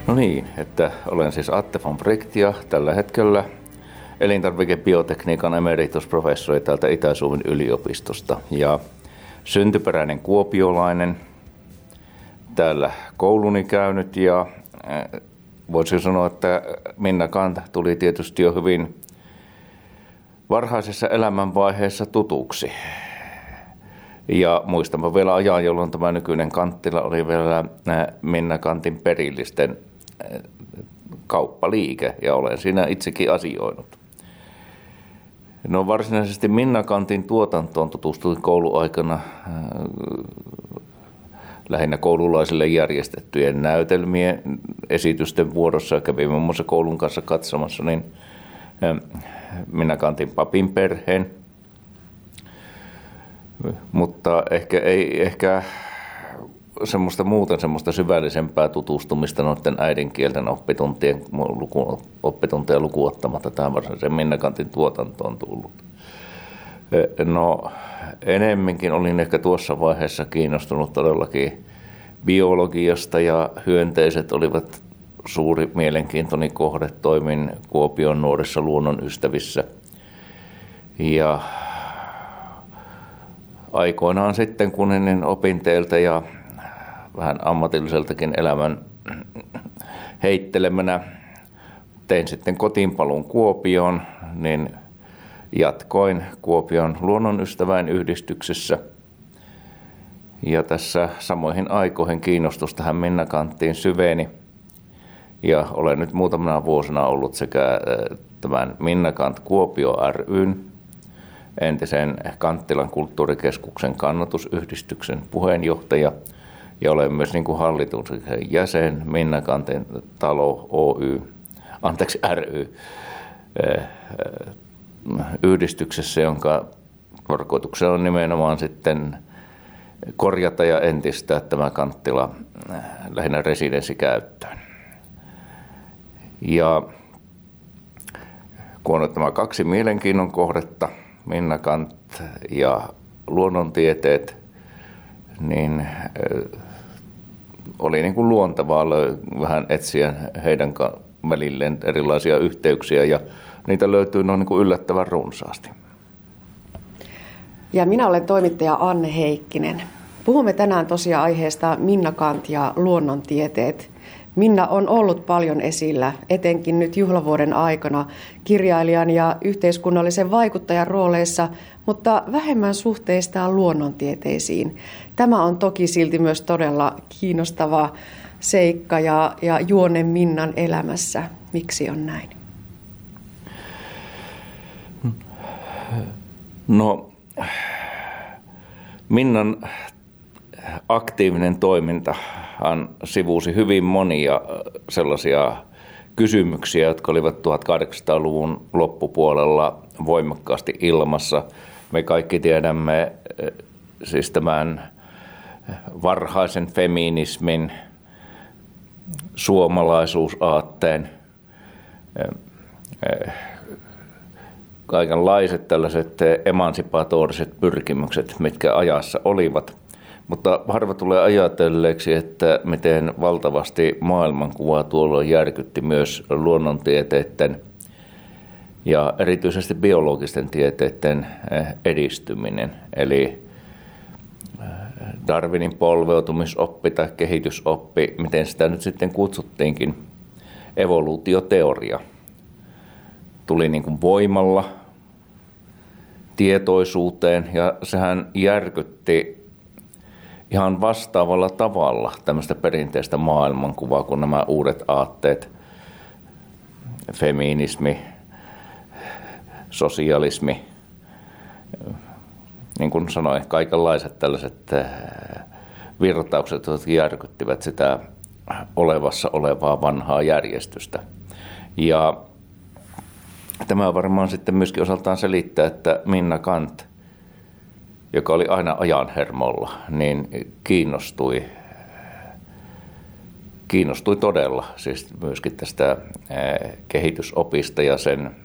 No niin, että olen siis Atte von Wright ja tällä hetkellä elintarvikebiotekniikan emeritusprofessori täältä Itä-Suomen yliopistosta ja syntyperäinen kuopiolainen, täällä kouluni käynyt ja voisin sanoa, että Minna Canth tuli tietysti jo hyvin varhaisessa elämänvaiheessa tutuksi. Ja muistanpa vielä ajan, jolloin tämä nykyinen Canthila oli vielä Minna Canthin perillisten kauppaliike ja olen siinä itsekin asioinut. No varsinaisesti Minna Canthin tuotantoon tutustuin kouluaikana lähinnä koululaisille järjestettyjen näytelmien esitysten vuorossa. Kävin muun muassa koulun kanssa katsomassa niin Minna Canthin Papin perheen. Mutta ehkä semmoista syvällisempää tutustumista noiden äidinkielten oppitunteja lukuun ottamatta tähän varsinaiseen Minna Canthin tuotantoon tullut. No enemmänkin olin ehkä tuossa vaiheessa kiinnostunut todellakin biologiasta ja hyönteiset olivat suuri mielenkiintoni kohde. Toimin Kuopion nuorissa luonnonystävissä ja aikoinaan sitten, kun ennen opinteilta ja vähän ammatilliseltakin elämän heittelemänä tein sitten kotiinpaluun Kuopioon, niin jatkoin Kuopion luonnonystäväinyhdistyksessä. Ja tässä samoihin aikoihin kiinnostus tähän Minna Canthiin syveni. Ja olen nyt muutamana vuosina ollut sekä tämän Minna Canth Kuopio ry:n, entisen Canthilan kulttuurikeskuksen kannatusyhdistyksen puheenjohtaja ja olen myös niin kuin hallituksen jäsen Minna Canthin talo ry yhdistyksessä, jonka tarkoituksena on nimenomaan sitten korjata ja entistää tämä Canthila lähinnä residenssikäyttöön. Ja kun on tämä kaksi mielenkiinnon kohdetta, Minna Canth ja luonnontieteet, niin oli niin kuin luontevaa vähän etsiä heidän välilleen erilaisia yhteyksiä ja niitä löytyy noin niin kuin yllättävän runsaasti. Ja minä olen toimittaja Anne Heikkinen. Puhumme tänään tosiaan aiheesta Minna Canth ja luonnontieteet. Minna on ollut paljon esillä, etenkin nyt juhlavuoden aikana, kirjailijan ja yhteiskunnallisen vaikuttajan rooleissa, mutta vähemmän suhteistaan luonnontieteisiin. Tämä on toki silti myös todella kiinnostava seikka ja juone Minnan elämässä. Miksi on näin? No, Minnan aktiivinen toimintahan sivusi hyvin monia sellaisia kysymyksiä, jotka olivat 1800-luvun loppupuolella voimakkaasti ilmassa. Me kaikki tiedämme siis tämän varhaisen feminismin, suomalaisuusaatteen, kaikenlaiset tällaiset emansipatoriset pyrkimykset, mitkä ajassa olivat. Mutta harva tulee ajatelleeksi, että miten valtavasti maailmankuvaa tuolloin järkytti myös luonnontieteiden ja erityisesti biologisten tieteiden edistyminen. Eli Darwinin polveutumisoppi tai kehitysoppi, miten sitä nyt sitten kutsuttiinkin, evoluutioteoria, tuli niin kuin voimalla tietoisuuteen ja sehän järkytti ihan vastaavalla tavalla tämmöistä perinteistä maailmankuvaa kuin nämä uudet aatteet, feminismi, sosialismi, niin kuin sanoin, kaikenlaiset tällaiset virtaukset, jotka järkyttivät sitä olevassa olevaa vanhaa järjestystä. Ja tämä varmaan sitten myöskin osaltaan selittää, että Minna Canth, joka oli aina ajan hermolla, niin kiinnostui todella siis myöskin tästä kehitysopista ja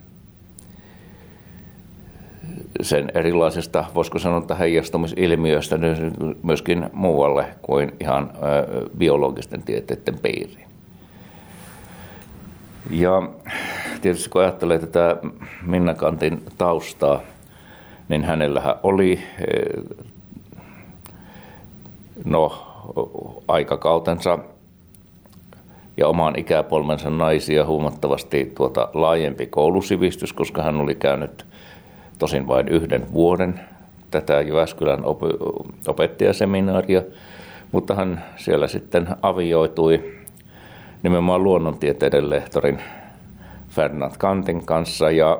sen erilaisista, voisiko sanoa, heijastumisilmiöistä myöskin muualle kuin ihan biologisten tieteiden piiriin. Ja tietysti kun ajattelee tätä Minna Canthin taustaa, niin hänellähän oli aikakautensa ja oman ikäpolvensa naisia huomattavasti laajempi koulusivistys, koska hän oli käynyt tosin vain 1 vuoden tätä Jyväskylän opettajaseminaaria, mutta hän siellä sitten avioitui nimenomaan luonnontieteiden lehtorin Ferdinand Canthin kanssa, ja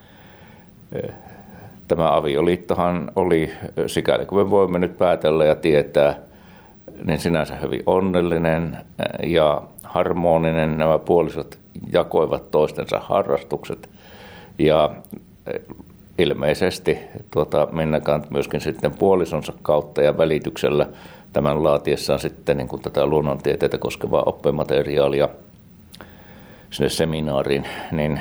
tämä avioliittohan oli, sikäli kun me voimme nyt päätellä ja tietää, niin sinänsä hyvin onnellinen ja harmoninen. Nämä puolisot jakoivat toistensa harrastukset, ja ilmeisesti Minna Canth myöskin sitten puolisonsa kautta ja välityksellä tämän laatiessaan sitten niin kuin tätä luonnontieteitä koskevaa oppimateriaalia sinne seminaariin, niin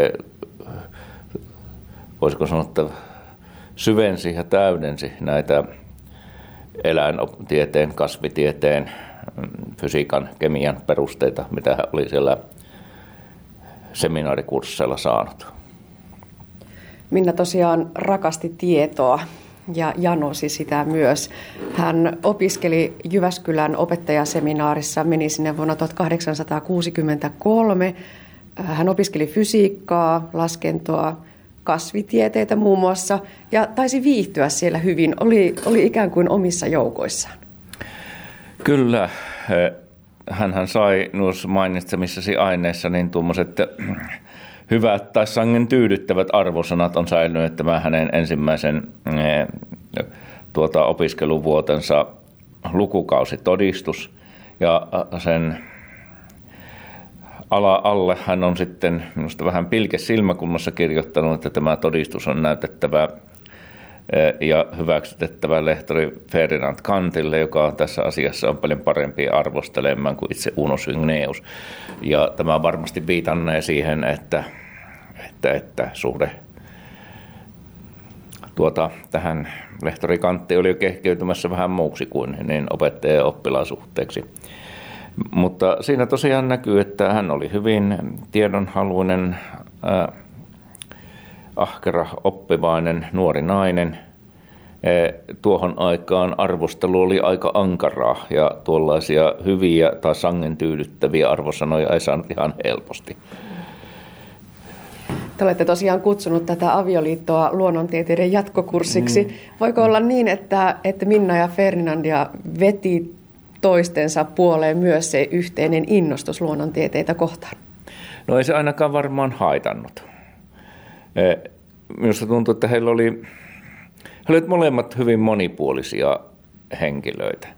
voisiko sanoa, että syvensi ja täydensi näitä eläintieteen, kasvitieteen, fysiikan, kemian perusteita, mitä hän oli siellä seminaarikursseilla saanut. Minna tosiaan rakasti tietoa ja janosi sitä myös. Hän opiskeli Jyväskylän opettajaseminaarissa, meni sinne vuonna 1863. Hän opiskeli fysiikkaa, laskentoa, kasvitieteitä muun muassa, ja taisi viihtyä siellä hyvin. Oli ikään kuin omissa joukoissaan. Kyllä. Hänhän sai noissa mainitsemissasi aineissa niin tuommoiset hyvät tai sangen tyydyttävät arvosanat on säilynyt tämä hänen ensimmäisen opiskeluvuotensa lukukausitodistus, ja sen alle hän on sitten minusta vähän pilke silmäkulmassa kirjoittanut, että tämä todistus on näytettävä ja hyväksytettävä lehtori Ferdinand Canthille, joka tässä asiassa on paljon parempi arvostelemaan kuin itse Uno Syngeneus. Ja tämä varmasti viitannee siihen, että suhde tähän lehtori Canthi oli jo kehkeytymässä vähän muuksi kuin niin opettaja- ja oppilaasuhteeksi. Mutta siinä tosiaan näkyy, että hän oli hyvin tiedonhaluinen, ahkera, oppivainen nuori nainen. Tuohon aikaan arvostelu oli aika ankaraa, ja tuollaisia hyviä tai sangen tyydyttäviä arvosanoja ei saanut ihan helposti. Te olette tosiaan kutsunut tätä avioliittoa luonnontieteiden jatkokurssiksi. Voiko olla niin, että Minna ja Ferdinandia veti toistensa puoleen myös se yhteinen innostus luonnontieteitä kohtaan? No ei se ainakaan varmaan haitannut. Minusta tuntuu, että he olivat molemmat hyvin monipuolisia henkilöitä.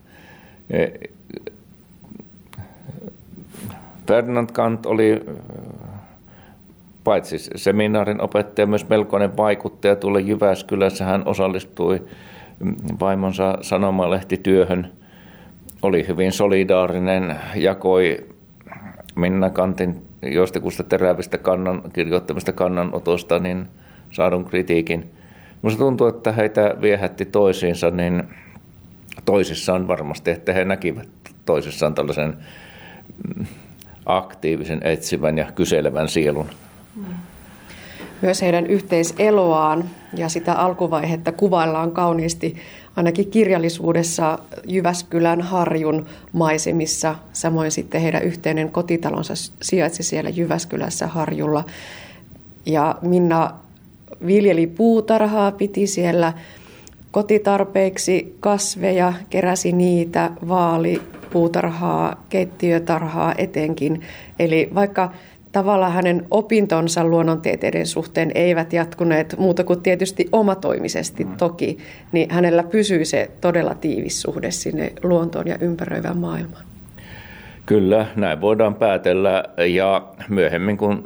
Ferdinand Canth oli paitsi seminaarin opettaja, myös melkoinen vaikuttaja tuolla Jyväskylässä. Hän osallistui vaimonsa sanomalehtityöhön, oli hyvin solidaarinen, jakoi Minna Canthin jostakusta terävistä kirjoittamista kannanotosta niin saadun kritiikin. Minusta tuntuu, että heitä viehätti toisiinsa, niin toisissaan varmasti, että he näkivät toisissaan tällaisen aktiivisen, etsivän ja kyselevän sielun. Myös heidän yhteiseloaan ja sitä alkuvaihetta kuvaillaan kauniisti ainakin kirjallisuudessa Jyväskylän Harjun maisemissa. Samoin sitten heidän yhteinen kotitalonsa sijaitsi siellä Jyväskylässä Harjulla. Ja Minna viljeli puutarhaa, piti siellä kotitarpeiksi kasveja, keräsi niitä, vaali puutarhaa, keittiötarhaa etenkin. Eli vaikka tavallaan hänen opintonsa luonnontieteiden suhteen eivät jatkuneet muuta kuin tietysti omatoimisesti toki, niin hänellä pysyi se todella tiivis suhde sinne luontoon ja ympäröivään maailmaan. Kyllä, näin voidaan päätellä, ja myöhemmin kun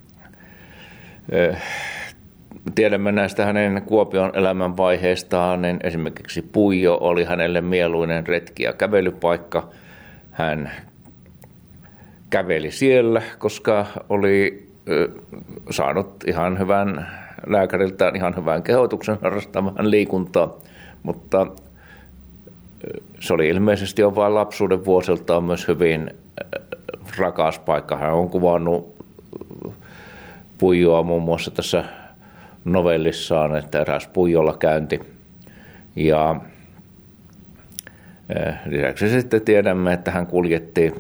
tiedämme näistä hänen Kuopion elämänvaiheistaan, niin esimerkiksi Puijo oli hänelle mieluinen retki- ja kävelypaikka. Hän käveli siellä, koska oli saanut ihan hyvän lääkäriltään ihan hyvän kehotuksen harrastamaan liikuntaa, mutta se oli ilmeisesti jo vain lapsuuden vuosiltaan myös hyvin rakas paikka. Hän on kuvannut puijoa muun muassa tässä novellissaan, että eräs puijolla käynti. Ja lisäksi sitten tiedämme, että hän kuljetti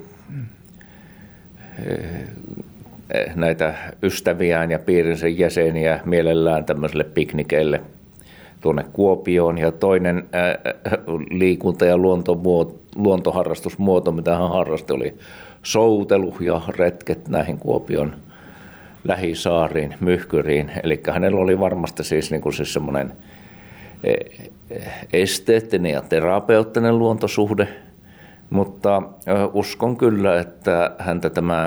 näitä ystäviään ja piirinsä jäseniä mielellään tämmöiselle piknikeille tuonne Kuopioon. Ja toinen liikunta- ja luontoharrastusmuoto, mitä hän harrasti, oli soutelu ja retket näihin Kuopion lähisaariin, Myhkyriin. Eli hänellä oli varmasti siis, niin kuin siis semmoinen esteettinen ja terapeuttinen luontosuhde, mutta uskon kyllä, että häntä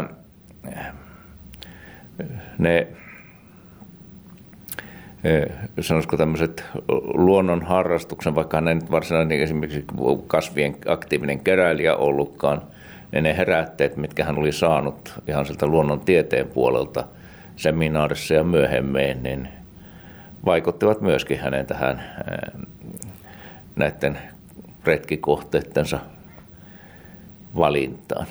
sanoisiko tämmöiset luonnon harrastuksen, vaikka hän ei nyt varsinainen esimerkiksi kasvien aktiivinen keräilijä ollutkaan, ne herätteet, mitkä hän oli saanut ihan sieltä luonnontieteen puolelta seminaarissa ja myöhemmin, niin vaikuttivat myöskin hänen tähän näiden retkikohteittensa valintaan.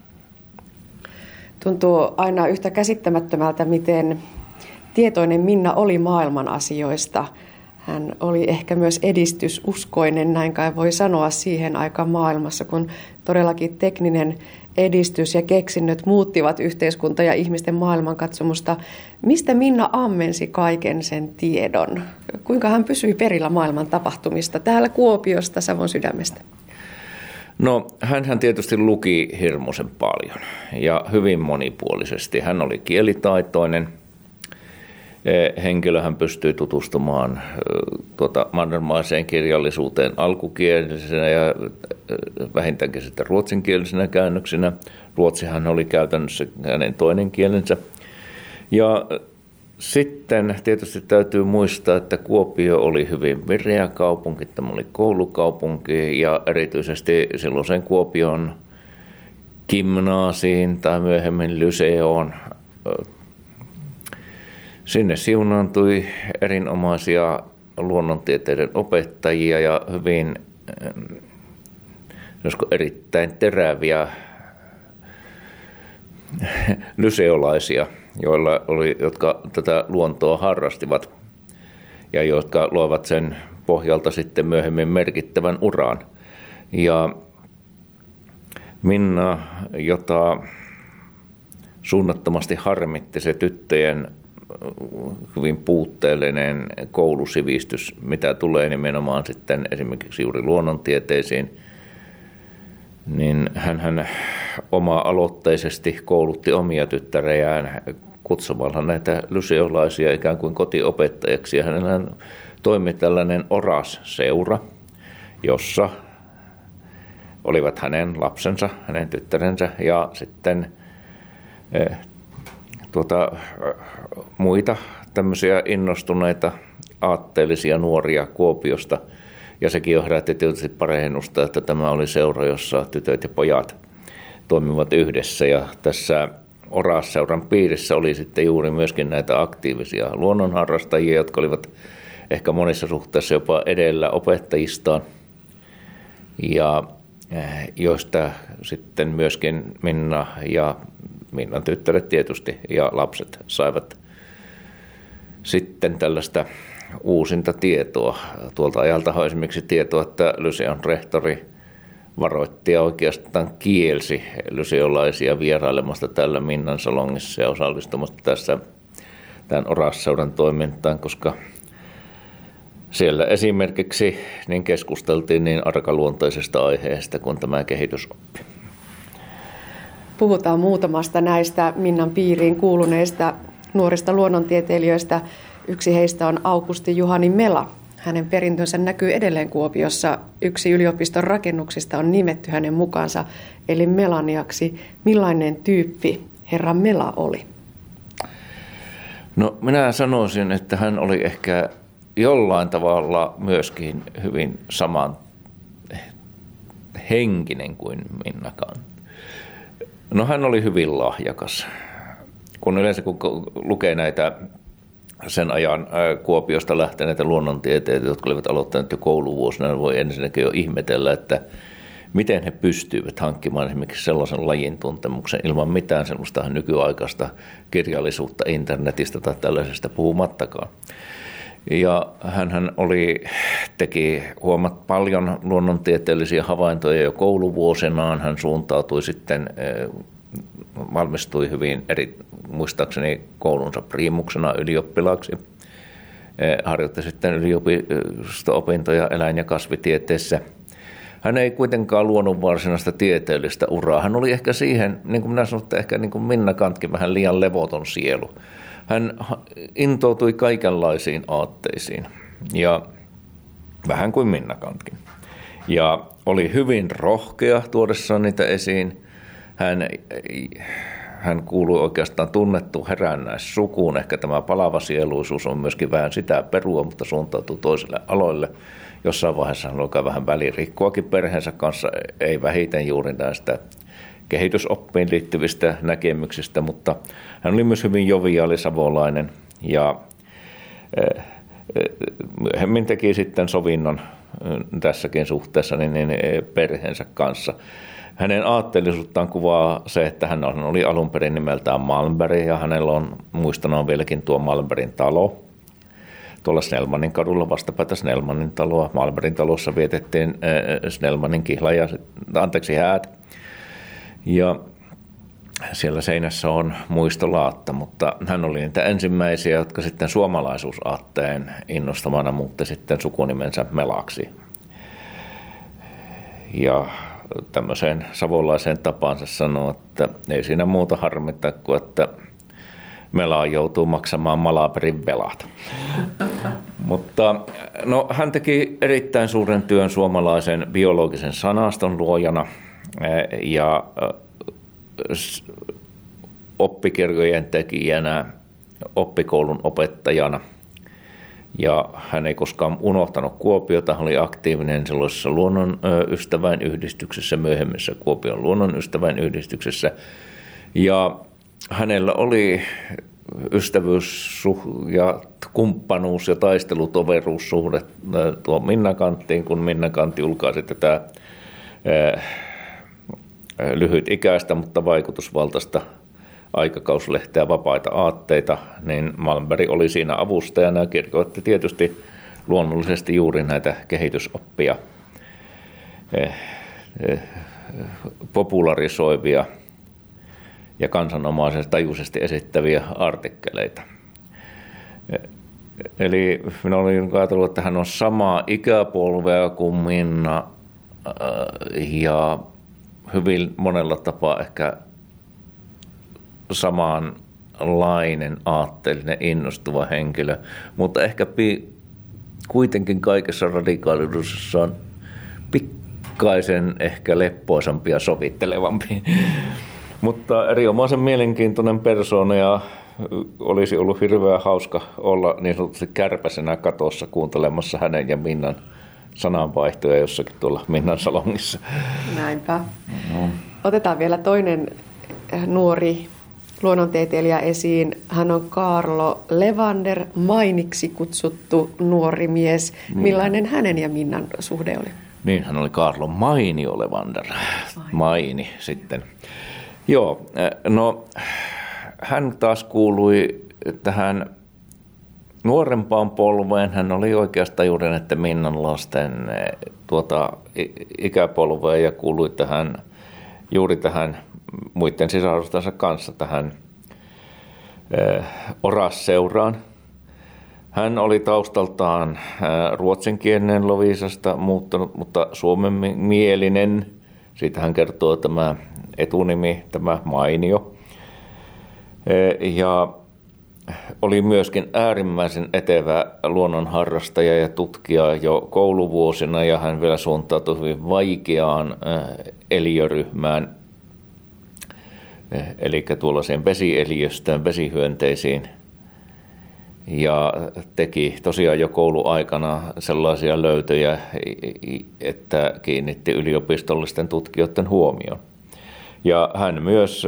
Tuntuu aina yhtä käsittämättömältä, miten tietoinen Minna oli maailman asioista. Hän oli ehkä myös edistysuskoinen, näin kai voi sanoa, siihen aikaan maailmassa, kun todellakin tekninen edistys ja keksinnöt muuttivat yhteiskunta- ja ihmisten maailmankatsomusta. Mistä Minna ammensi kaiken sen tiedon? Kuinka hän pysyi perillä maailman tapahtumista täällä Kuopiosta, Savon sydämestä? No, hänhän tietysti luki hirmuisen paljon ja hyvin monipuolisesti. Hän oli kielitaitoinen henkilö, hän pystyi tutustumaan mannermaiseen kirjallisuuteen alkukielisenä ja vähintäänkin sitten ruotsinkielisenä käännöksinä. Ruotsihan oli käytännössä hänen toinen kielensä. Ja sitten tietysti täytyy muistaa, että Kuopio oli hyvin vireä kaupunki, tämä oli koulukaupunki ja erityisesti silloisen Kuopion gymnaasiin tai myöhemmin lyseoon. Sinne siunaantui erinomaisia luonnontieteiden opettajia ja hyvin erittäin teräviä lyseolaisia, jotka tätä luontoa harrastivat ja jotka luovat sen pohjalta sitten myöhemmin merkittävän uran. Ja Minna, jota suunnattomasti harmitti se tyttöjen hyvin puutteellinen koulusivistys, mitä tulee nimenomaan sitten esimerkiksi juuri luonnontieteisiin, niin hän oma-aloitteisesti koulutti omia tyttärejään kutsumalla näitä lyseolaisia ikään kuin kotiopettajaksi. Ja hänellä toimi tällainen Oras-seura, jossa olivat hänen lapsensa, hänen tyttärensä ja sitten muita tämmöisiä innostuneita aatteellisia nuoria Kuopiosta. Ja sekin jo herätti tietysti parehennusta, että tämä oli seura, jossa tytöt ja pojat toimivat yhdessä. Ja tässä Oras-seuran piirissä oli sitten juuri myöskin näitä aktiivisia luonnonharrastajia, jotka olivat ehkä monissa suhteissa jopa edellä opettajistaan. Ja joista sitten myöskin Minna ja Minnan tyttäret tietysti ja lapset saivat sitten tällaista uusinta tietoa. Tuolta ajalta esimerkiksi tietoa, että Lyseon rehtori varoitti ja oikeastaan kielsi lyseolaisia vierailemasta tällä Minnan salongissa ja osallistumasta tässä tämän Oras-seuran toimintaan, koska siellä esimerkiksi niin keskusteltiin niin arkaluontoisesta aiheesta kuin tämä kehitysoppi. Puhutaan muutamasta näistä Minnan piiriin kuuluneista nuorista luonnontieteilijöistä. Yksi heistä on Aukusti Juhani Mela. Hänen perintönsä näkyy edelleen Kuopiossa. Yksi yliopiston rakennuksista on nimetty hänen mukaansa, eli Melaniaksi. Millainen tyyppi herra Mela oli? No, minä sanoisin, että hän oli ehkä jollain tavalla myöskin hyvin saman henkinen kuin Minnakaan. No, hän oli hyvin lahjakas. Kun yleensä kun lukee näitä sen ajan Kuopiosta lähteneitä luonnontieteitä, jotka olivat aloittaneet jo kouluvuosina, niin voi ensinnäkin jo ihmetellä, että miten he pystyivät hankkimaan esimerkiksi sellaisen lajin tuntemuksen ilman mitään sellaista nykyaikaista kirjallisuutta internetistä tai tällaisesta puhumattakaan. Ja hänhän teki paljon luonnontieteellisiä havaintoja jo kouluvuosinaan. Hän suuntautui sitten, valmistui hyvin muistaakseni koulunsa priimuksena ylioppilaaksi. Harjoitti sitten yliopisto-opintoja eläin- ja kasvitieteessä. Hän ei kuitenkaan luonut varsinaista tieteellistä uraa. Hän oli ehkä siihen, niin kuin minä sanoin, ehkä niin kuin Minna Kantkin, vähän liian levoton sielu. Hän intoutui kaikenlaisiin aatteisiin, ja vähän kuin Minna Kantkin. Ja oli hyvin rohkea tuodessaan niitä esiin. Hän kuului oikeastaan tunnettu herännäissukuun. Ehkä tämä palava sieluisuus on myöskin vähän sitä perua, mutta suuntautui toisille aloille. Jossain vaiheessa hän alkaa vähän välirikkoakin perheensä kanssa, ei vähiten juuri näistä kehitysoppiin liittyvistä näkemyksistä, mutta hän oli myös hyvin joviaali savolainen ja myöhemmin teki sitten sovinnon tässäkin suhteessa niin perheensä kanssa. Hänen aatteellisuuttaan kuvaa se, että hän oli alun perin nimeltään Malmberg ja hänellä on muistona vieläkin tuo Malmbergin talo. Tuolla Snellmanin kadulla vastapäätä Snellmanin taloa. Malmbergin talossa vietettiin Snellmanin häät. Ja siellä seinässä on muistolaatta, mutta hän oli niitä ensimmäisiä, jotka sitten suomalaisuusaatteen innostamana muutti sitten sukunimensä Melaksi. Ja tämmöiseen savolaiseen tapansa sanoo, että ei siinä muuta harmittaa kuin, että Mela joutuu maksamaan Malaperin velat. Mutta hän teki erittäin suuren työn suomalaisen biologisen sanaston luojana ja oppikirjojen tekijänä, oppikoulun opettajana. Ja hän ei koskaan unohtanut Kuopiota, hän oli aktiivinen sellaisessa luonnonystäväinyhdistyksessä, myöhemmissä Kuopion luonnonystäväinyhdistyksessä. Ja hänellä oli ystävyys ja kumppanuus ja taistelutoveruussuhde tuo Minna Kanttiin, kun Minna Kantti julkaisi tätä lyhytikäistä, mutta vaikutusvaltaista aikakauslehteä Vapaita aatteita, niin Malmberg oli siinä avustajana ja kirjoitti tietysti luonnollisesti juuri näitä kehitysoppia popularisoivia ja kansanomaisesti tajuisesti esittäviä artikkeleita. Eli minä olin ajatellut, että hän on samaa ikäpolvea kuin Minna ja hyvin monella tapaa ehkä samanlainen aatteellinen innostuva henkilö, mutta ehkä kuitenkin kaikessa radikaaliudessaan pikkaisen ehkä leppoisampi ja sovittelevampi. Mutta erinomaisen mielenkiintoinen persoona ja olisi ollut hirveän hauska olla niin sanotusti kärpäsenä katossa kuuntelemassa hänen ja Minnan sananvaihtoja jossakin tuolla Minnan salongissa. Näinpä. No. Otetaan vielä toinen nuori luonnontieteilijä esiin. Hän on Kaarlo Levander, Mainiksi kutsuttu nuori mies. Millainen hänen ja Minnan suhde oli? Niin, hän oli Kaarlo Mainio Levander. Maini sitten. Joo, hän taas kuului tähän nuorempaan polveen. Hän oli oikeastaan juuri näiden Minnan lasten ikäpolveen ja kuului juuri tähän muiden sisarustensa kanssa tähän Oras-seuraan. Hän oli taustaltaan ruotsinkielinen Loviisasta muuttanut, mutta suomenmielinen. Siitä hän kertoo tämä etunimi, tämä Mainio. Ja oli myöskin äärimmäisen etevä luonnonharrastaja ja tutkija jo kouluvuosina, ja hän vielä suuntautui hyvin vaikeaan eliöryhmään, eli tuollaiseen vesieliöstöön, vesihyönteisiin. Ja teki tosiaan jo kouluaikana sellaisia löytöjä, että kiinnitti yliopistollisten tutkijoiden huomioon. Ja hän myös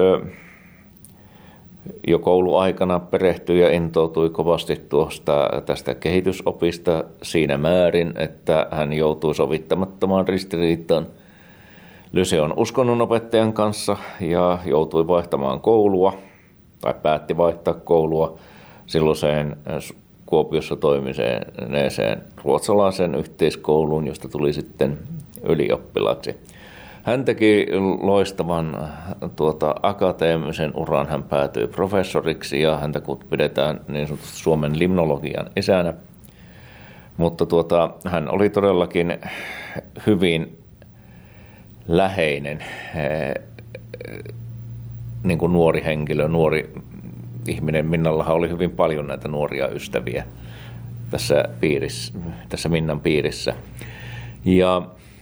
jo kouluaikana perehtyi ja intoutui kovasti tästä kehitysopista siinä määrin, että hän joutui sovittamattomaan ristiriitaan Lyseon uskonnonopettajan kanssa ja joutui vaihtamaan koulua, tai päätti vaihtaa koulua silloiseen Kuopiossa toimineeseen ruotsalaisen yhteiskouluun, josta tuli sitten ylioppilaaksi. Hän teki loistavan akateemisen uran, hän päätyi professoriksi ja häntä pidetään niin sanotusti Suomen limnologian isänä. Mutta hän oli todellakin hyvin läheinen niin kuin nuori henkilö, nuori ihminen. Minnallahan oli hyvin paljon näitä nuoria ystäviä tässä Minnan piirissä. Ja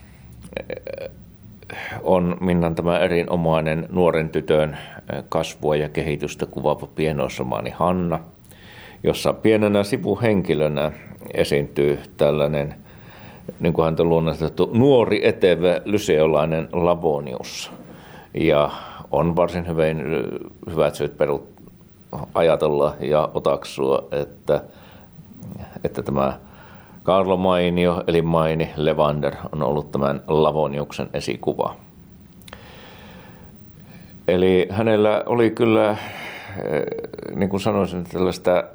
on Minnan tämä erinomainen nuoren tytön kasvua ja kehitystä kuvaava pienoisromaani Hanna, jossa pienenä sivuhenkilönä esiintyy tällainen, niin kuin häntä luonnostettu, nuori etevä lyseolainen Lavonius. Ja on varsin hyvät syyt ajatella ja otaksua, että tämä Kaarlo Mainio, eli Maini Levander, on ollut tämän Lavoniuksen esikuva. Eli hänellä oli kyllä, niin kuin sanoisin, tällaista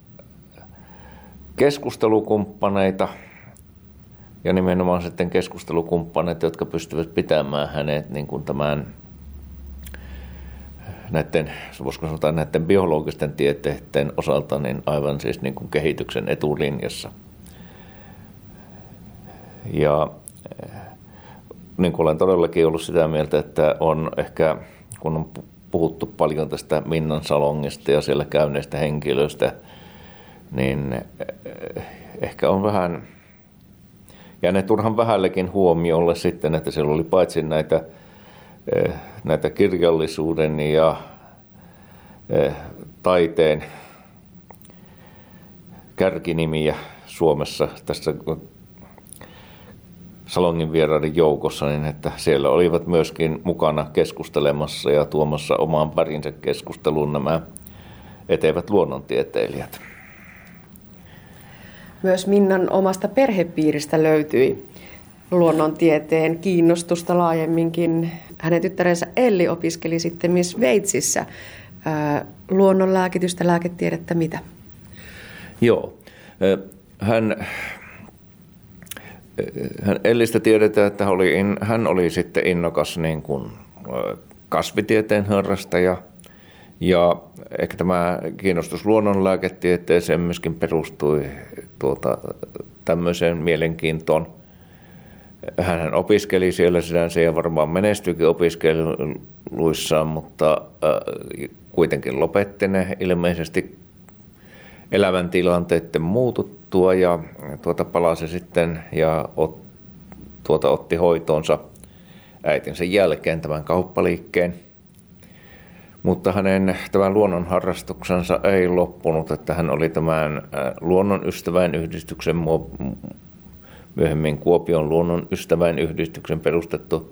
keskustelukumppaneita ja nimenomaan sitten keskustelukumppaneita, jotka pystyvät pitämään hänet niin kuin voisiko sanoa näiden biologisten tieteiden osalta niin aivan siis niin kuin kehityksen etulinjassa. Ja niin kuin olen todellakin ollut sitä mieltä, että on ehkä, kun on puhuttu paljon tästä Minnan salongista ja siellä käyneistä henkilöistä, niin ehkä on vähän jääneet turhan vähällekin huomiolle sitten, että siellä oli paitsi näitä kirjallisuuden ja taiteen kärkinimiä Suomessa tässä salongin vieraiden joukossa, niin että siellä olivat myöskin mukana keskustelemassa ja tuomassa omaan värinsä keskusteluun nämä etevät luonnontieteilijät. Myös Minnan omasta perhepiiristä löytyi luonnontieteen kiinnostusta laajemminkin. Hänen tyttärensä Elli opiskeli sitten Sveitsissä luonnonlääkitystä, lääketiedettä, mitä? Joo. Hän Ellistä tiedetään, että hän oli sitten innokas niin kuin kasvitieteen harrastaja. Ja ehkä tämä kiinnostus luonnonlääketieteeseen myöskin perustui tämmöiseen mielenkiintoon. Hän opiskeli siellä sinänsä ja varmaan menestyikin opiskeluissaan, mutta kuitenkin lopetti ne ilmeisesti elämäntilanteiden muututtua ja palasi sitten ja otti hoitoonsa äitinsä jälkeen tämän kauppaliikkeen. Mutta hänen tämän luonnonharrastuksensa ei loppunut, että hän oli tämän luonnonystäväinyhdistyksen, myöhemmin Kuopion luonnonystäväinyhdistyksen perustettu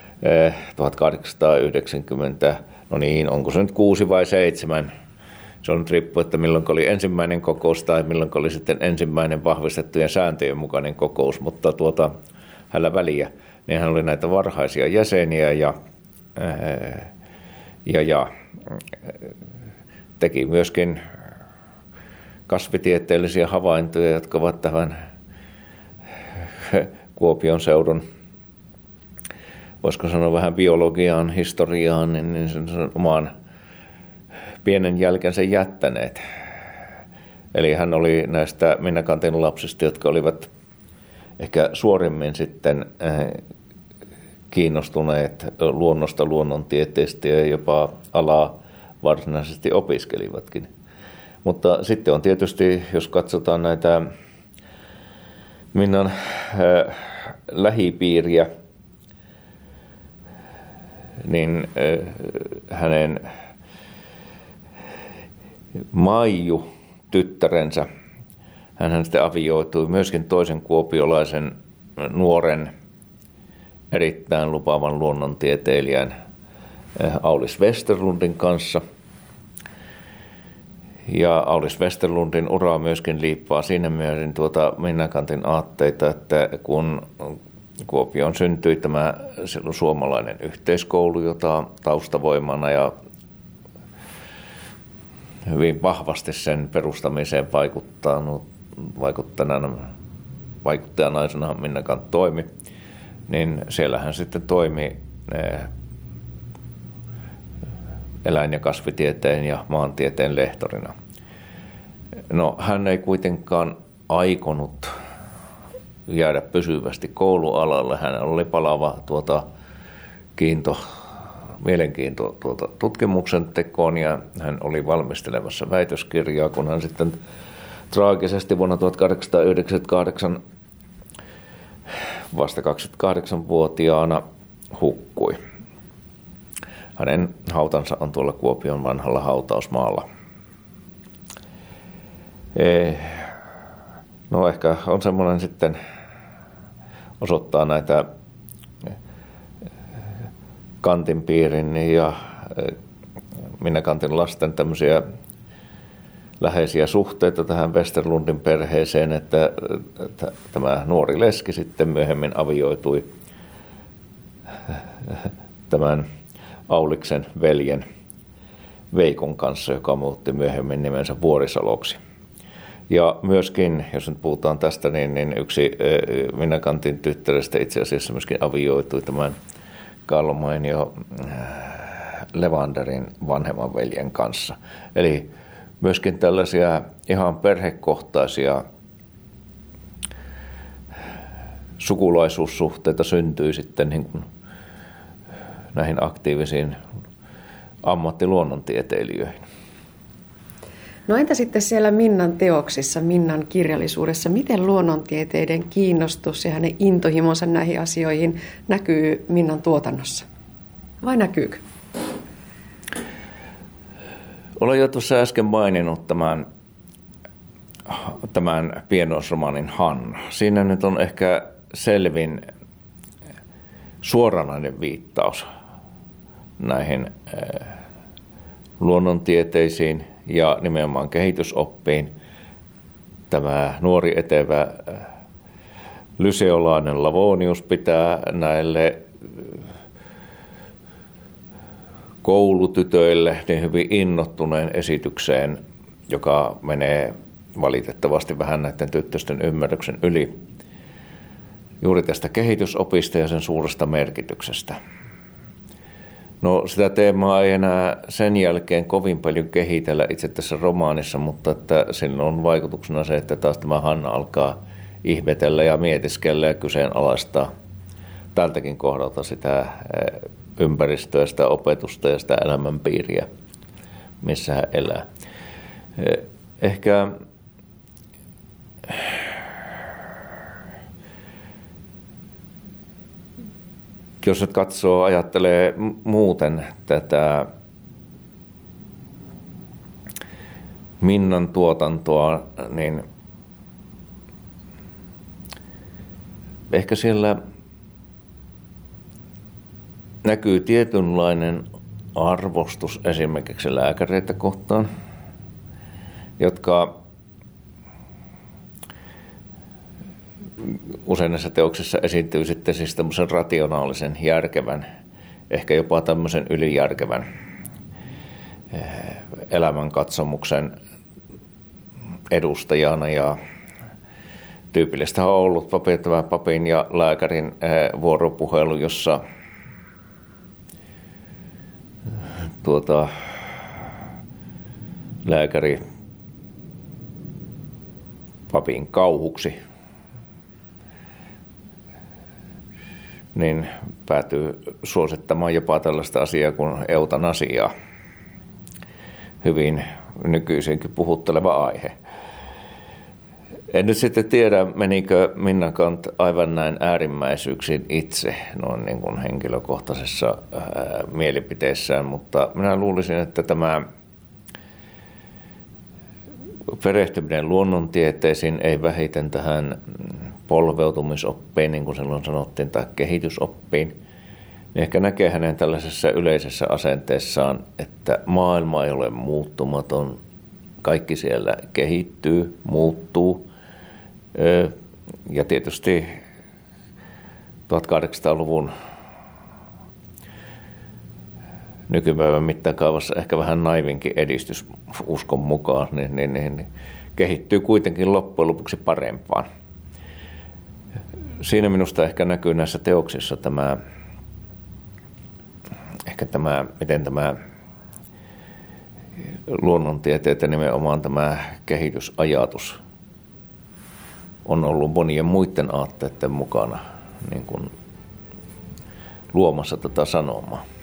1890, no niin, onko se nyt 6 vai 7? Se on nyt riippuu, että milloin oli ensimmäinen kokous tai milloin oli sitten ensimmäinen vahvistettujen sääntöjen mukainen kokous, mutta hänellä väliä, niin hän oli näitä varhaisia jäseniä ja teki myöskin kasvitieteellisiä havaintoja, jotka ovat tämän Kuopion seudun, voisiko sanoa vähän biologiaan, historiaan, niin sen oman pienen jälkensä jättäneet. Eli hän oli näistä Minnakantin lapsista, jotka olivat ehkä suorimmin sitten kiinnostuneet luonnosta, luonnontieteestä ja jopa alaa varsinaisesti opiskelivatkin. Mutta sitten on tietysti, jos katsotaan näitä Minnan lähipiiriä, niin hänen Maiju tyttärensä, hän sitten avioitui myöskin toisen kuopiolaisen nuoren, erittäin lupaavan luonnontieteilijän Aulis Westerlundin kanssa. Ja Aulis Westerlundin ura myöskin liippaa siinä mielin Minnakantin aatteita, että kun Kuopioon syntyi tämä silloin suomalainen yhteiskoulu, jota taustavoimana ja hyvin vahvasti sen perustamiseen vaikuttajanaisena Minna Canth toimi, niin siellähän sitten toimi eläin- ja kasvitieteen ja maantieteen lehtorina. No, hän ei kuitenkaan aikonut jäädä pysyvästi koulualalle. Hän oli palava mielenkiinto tutkimuksen tekoon ja hän oli valmistelemassa väitöskirjaa, kun hän sitten traagisesti vuonna 1898 vasta 28-vuotiaana hukkui. Hänen hautansa on tuolla Kuopion vanhalla hautausmaalla. No ehkä on semmoinen sitten osoittaa näitä Canthin piirin ja Minna Canthin lasten tämmöisiä läheisiä suhteita tähän Westerlundin perheeseen, että tämä nuori leski sitten myöhemmin avioitui tämän Auliksen veljen Veikon kanssa, joka muutti myöhemmin nimensä Vuorisaloksi. Ja myöskin, jos nyt puhutaan tästä, niin yksi Minna Canthin tyttärestä itse asiassa myöskin avioitui tämän Kalmain ja Levanderin vanhemman veljen kanssa. Eli myöskin tällaisia ihan perhekohtaisia sukulaisuussuhteita syntyi sitten niin kuin näihin aktiivisiin ammattiluonnontieteilijöihin. No entä sitten siellä Minnan teoksissa, Minnan kirjallisuudessa, miten luonnontieteiden kiinnostus ja hänen intohimonsa näihin asioihin näkyy Minnan tuotannossa? Vai näkyykö? Olen jo tuossa äsken maininnut tämän pienoisromaanin Hanna. Siinä nyt on ehkä selvin suoranainen viittaus näihin luonnontieteisiin ja nimenomaan kehitysoppiin. Tämä nuori etevä lyseolainen Lavonius pitää näille koulutytöille niin hyvin innottuneen esitykseen, joka menee valitettavasti vähän näiden tyttösten ymmärryksen yli juuri tästä kehitysopista ja sen suuresta merkityksestä. No, sitä teemaa ei enää sen jälkeen kovin paljon kehitellä itse tässä romaanissa, mutta että sillä on vaikutuksena se, että taas tämä Hanna alkaa ihmetellä ja mietiskellä ja kyseenalaistaa tältäkin kohdalta sitä ympäristöä, sitä opetusta ja sitä elämänpiiriä, missä hän elää. Ehkä jos nyt katsoo, ajattelee muuten tätä Minnan tuotantoa, niin ehkä siellä näkyy tietynlainen arvostus esimerkiksi lääkäreitä kohtaan, jotka usein näissä teoksissa esiintyy sitten siis tämmöisen rationaalisen, järkevän, ehkä jopa tämmöisen ylijärkevän elämänkatsomuksen edustajana. Ja tyypillistä on ollut papin ja lääkärin vuoropuhelu, jossa lääkäri papin kauhuksi niin päätyy suosittamaan jopa tällaista asiaa kuin eutanasiaa. Hyvin nykyisinkin puhutteleva aihe. En nyt sitten tiedä, menikö Minna Canth aivan näin äärimmäisyyksiin itse noin niin kuin henkilökohtaisessa mielipiteessään, mutta minä luulisin, että tämä perehtyminen luonnontieteisiin ei vähiten tähän polveutumisoppiin, niin kuin silloin sanottiin, tai kehitysoppiin, niin ehkä näkee hänen tällaisessa yleisessä asenteessaan, että maailma ei ole muuttumaton, kaikki siellä kehittyy, muuttuu, ja tietysti 1800-luvun nykypäivän mittakaavassa ehkä vähän naivinkin edistysuskon mukaan, niin kehittyy kuitenkin loppujen lopuksi parempaan. Siinä minusta ehkä näkyy näissä teoksissa miten tämä luonnontieteet ja nimenomaan tämä kehitysajatus on ollut monien muiden aatteiden mukana niin kuin luomassa tätä sanomaa.